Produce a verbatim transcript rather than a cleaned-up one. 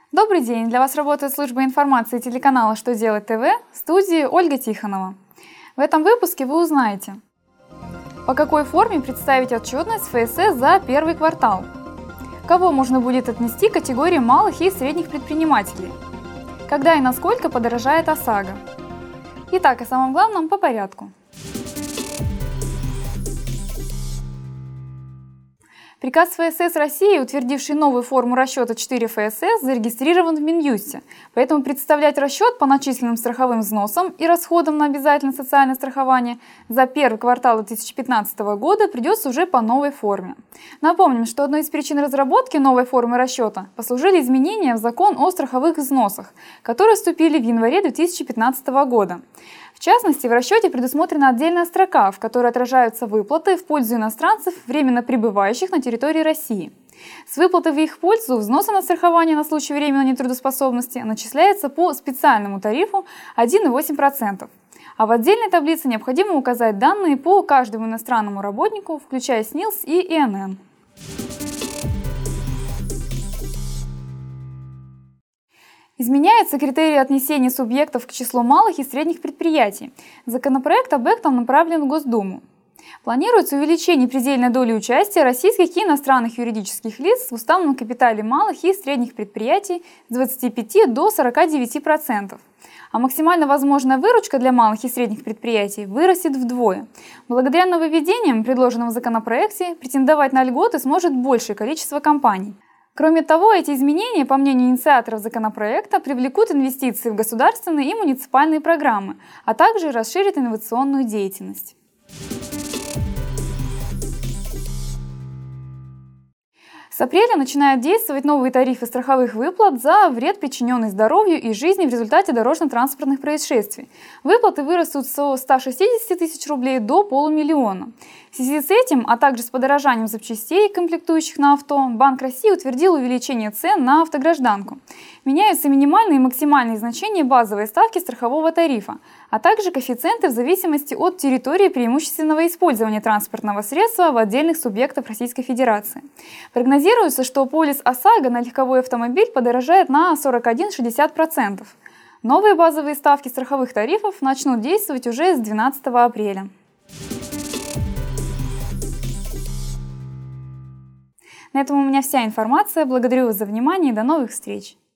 Добрый день! Для вас работает служба информации телеканала «Что делать ТВ», в студии Ольга Тихонова. В этом выпуске вы узнаете, по какой форме представить отчетность ФСС за первый квартал, кого можно будет отнести к категории малых и средних предпринимателей, когда и насколько подорожает ОСАГО. Итак, о самом главном по порядку. Приказ ФСС России, утвердивший новую форму расчета четыре ФСС, зарегистрирован в Минюсте, поэтому представлять расчет по начисленным страховым взносам и расходам на обязательное социальное страхование за первый квартал две тысячи пятнадцатого года придется уже по новой форме. Напомним, что одной из причин разработки новой формы расчета послужили изменения в закон о страховых взносах, которые вступили в январе две тысячи пятнадцатого года. В частности, в расчете предусмотрена отдельная строка, в которой отражаются выплаты в пользу иностранцев, временно пребывающих на территории России. С выплаты в их пользу взносы на страхование на случай временной нетрудоспособности начисляются по специальному тарифу один и восемь десятых процента. А в отдельной таблице необходимо указать данные по каждому иностранному работнику, включая СНИЛС и ИНН. Изменяются критерии отнесения субъектов к числу малых и средних предприятий. Законопроект об этом направлен в Госдуму. Планируется увеличение предельной доли участия российских и иностранных юридических лиц в уставном капитале малых и средних предприятий с двадцати пяти до сорока девяти процентов. А максимально возможная выручка для малых и средних предприятий вырастет вдвое. Благодаря нововведениям, предложенным в законопроекте, претендовать на льготы сможет большее количество компаний. Кроме того, эти изменения, по мнению инициаторов законопроекта, привлекут инвестиции в государственные и муниципальные программы, а также расширят инновационную деятельность. С апреля начинают действовать новые тарифы страховых выплат за вред, причиненный здоровью и жизни в результате дорожно-транспортных происшествий. Выплаты вырастут со ста шестидесяти тысяч рублей до полумиллиона. В связи с этим, а также с подорожанием запчастей, комплектующих на авто, Банк России утвердил увеличение цен на автогражданку. Меняются минимальные и максимальные значения базовой ставки страхового тарифа, а также коэффициенты в зависимости от территории преимущественного использования транспортного средства в отдельных субъектах Российской Федерации. Прогнозируется, что полис ОСАГО на легковой автомобиль подорожает на сорок один и шесть десятых процента. Новые базовые ставки страховых тарифов начнут действовать уже с двенадцатого апреля. На этом у меня вся информация. Благодарю вас за внимание и до новых встреч!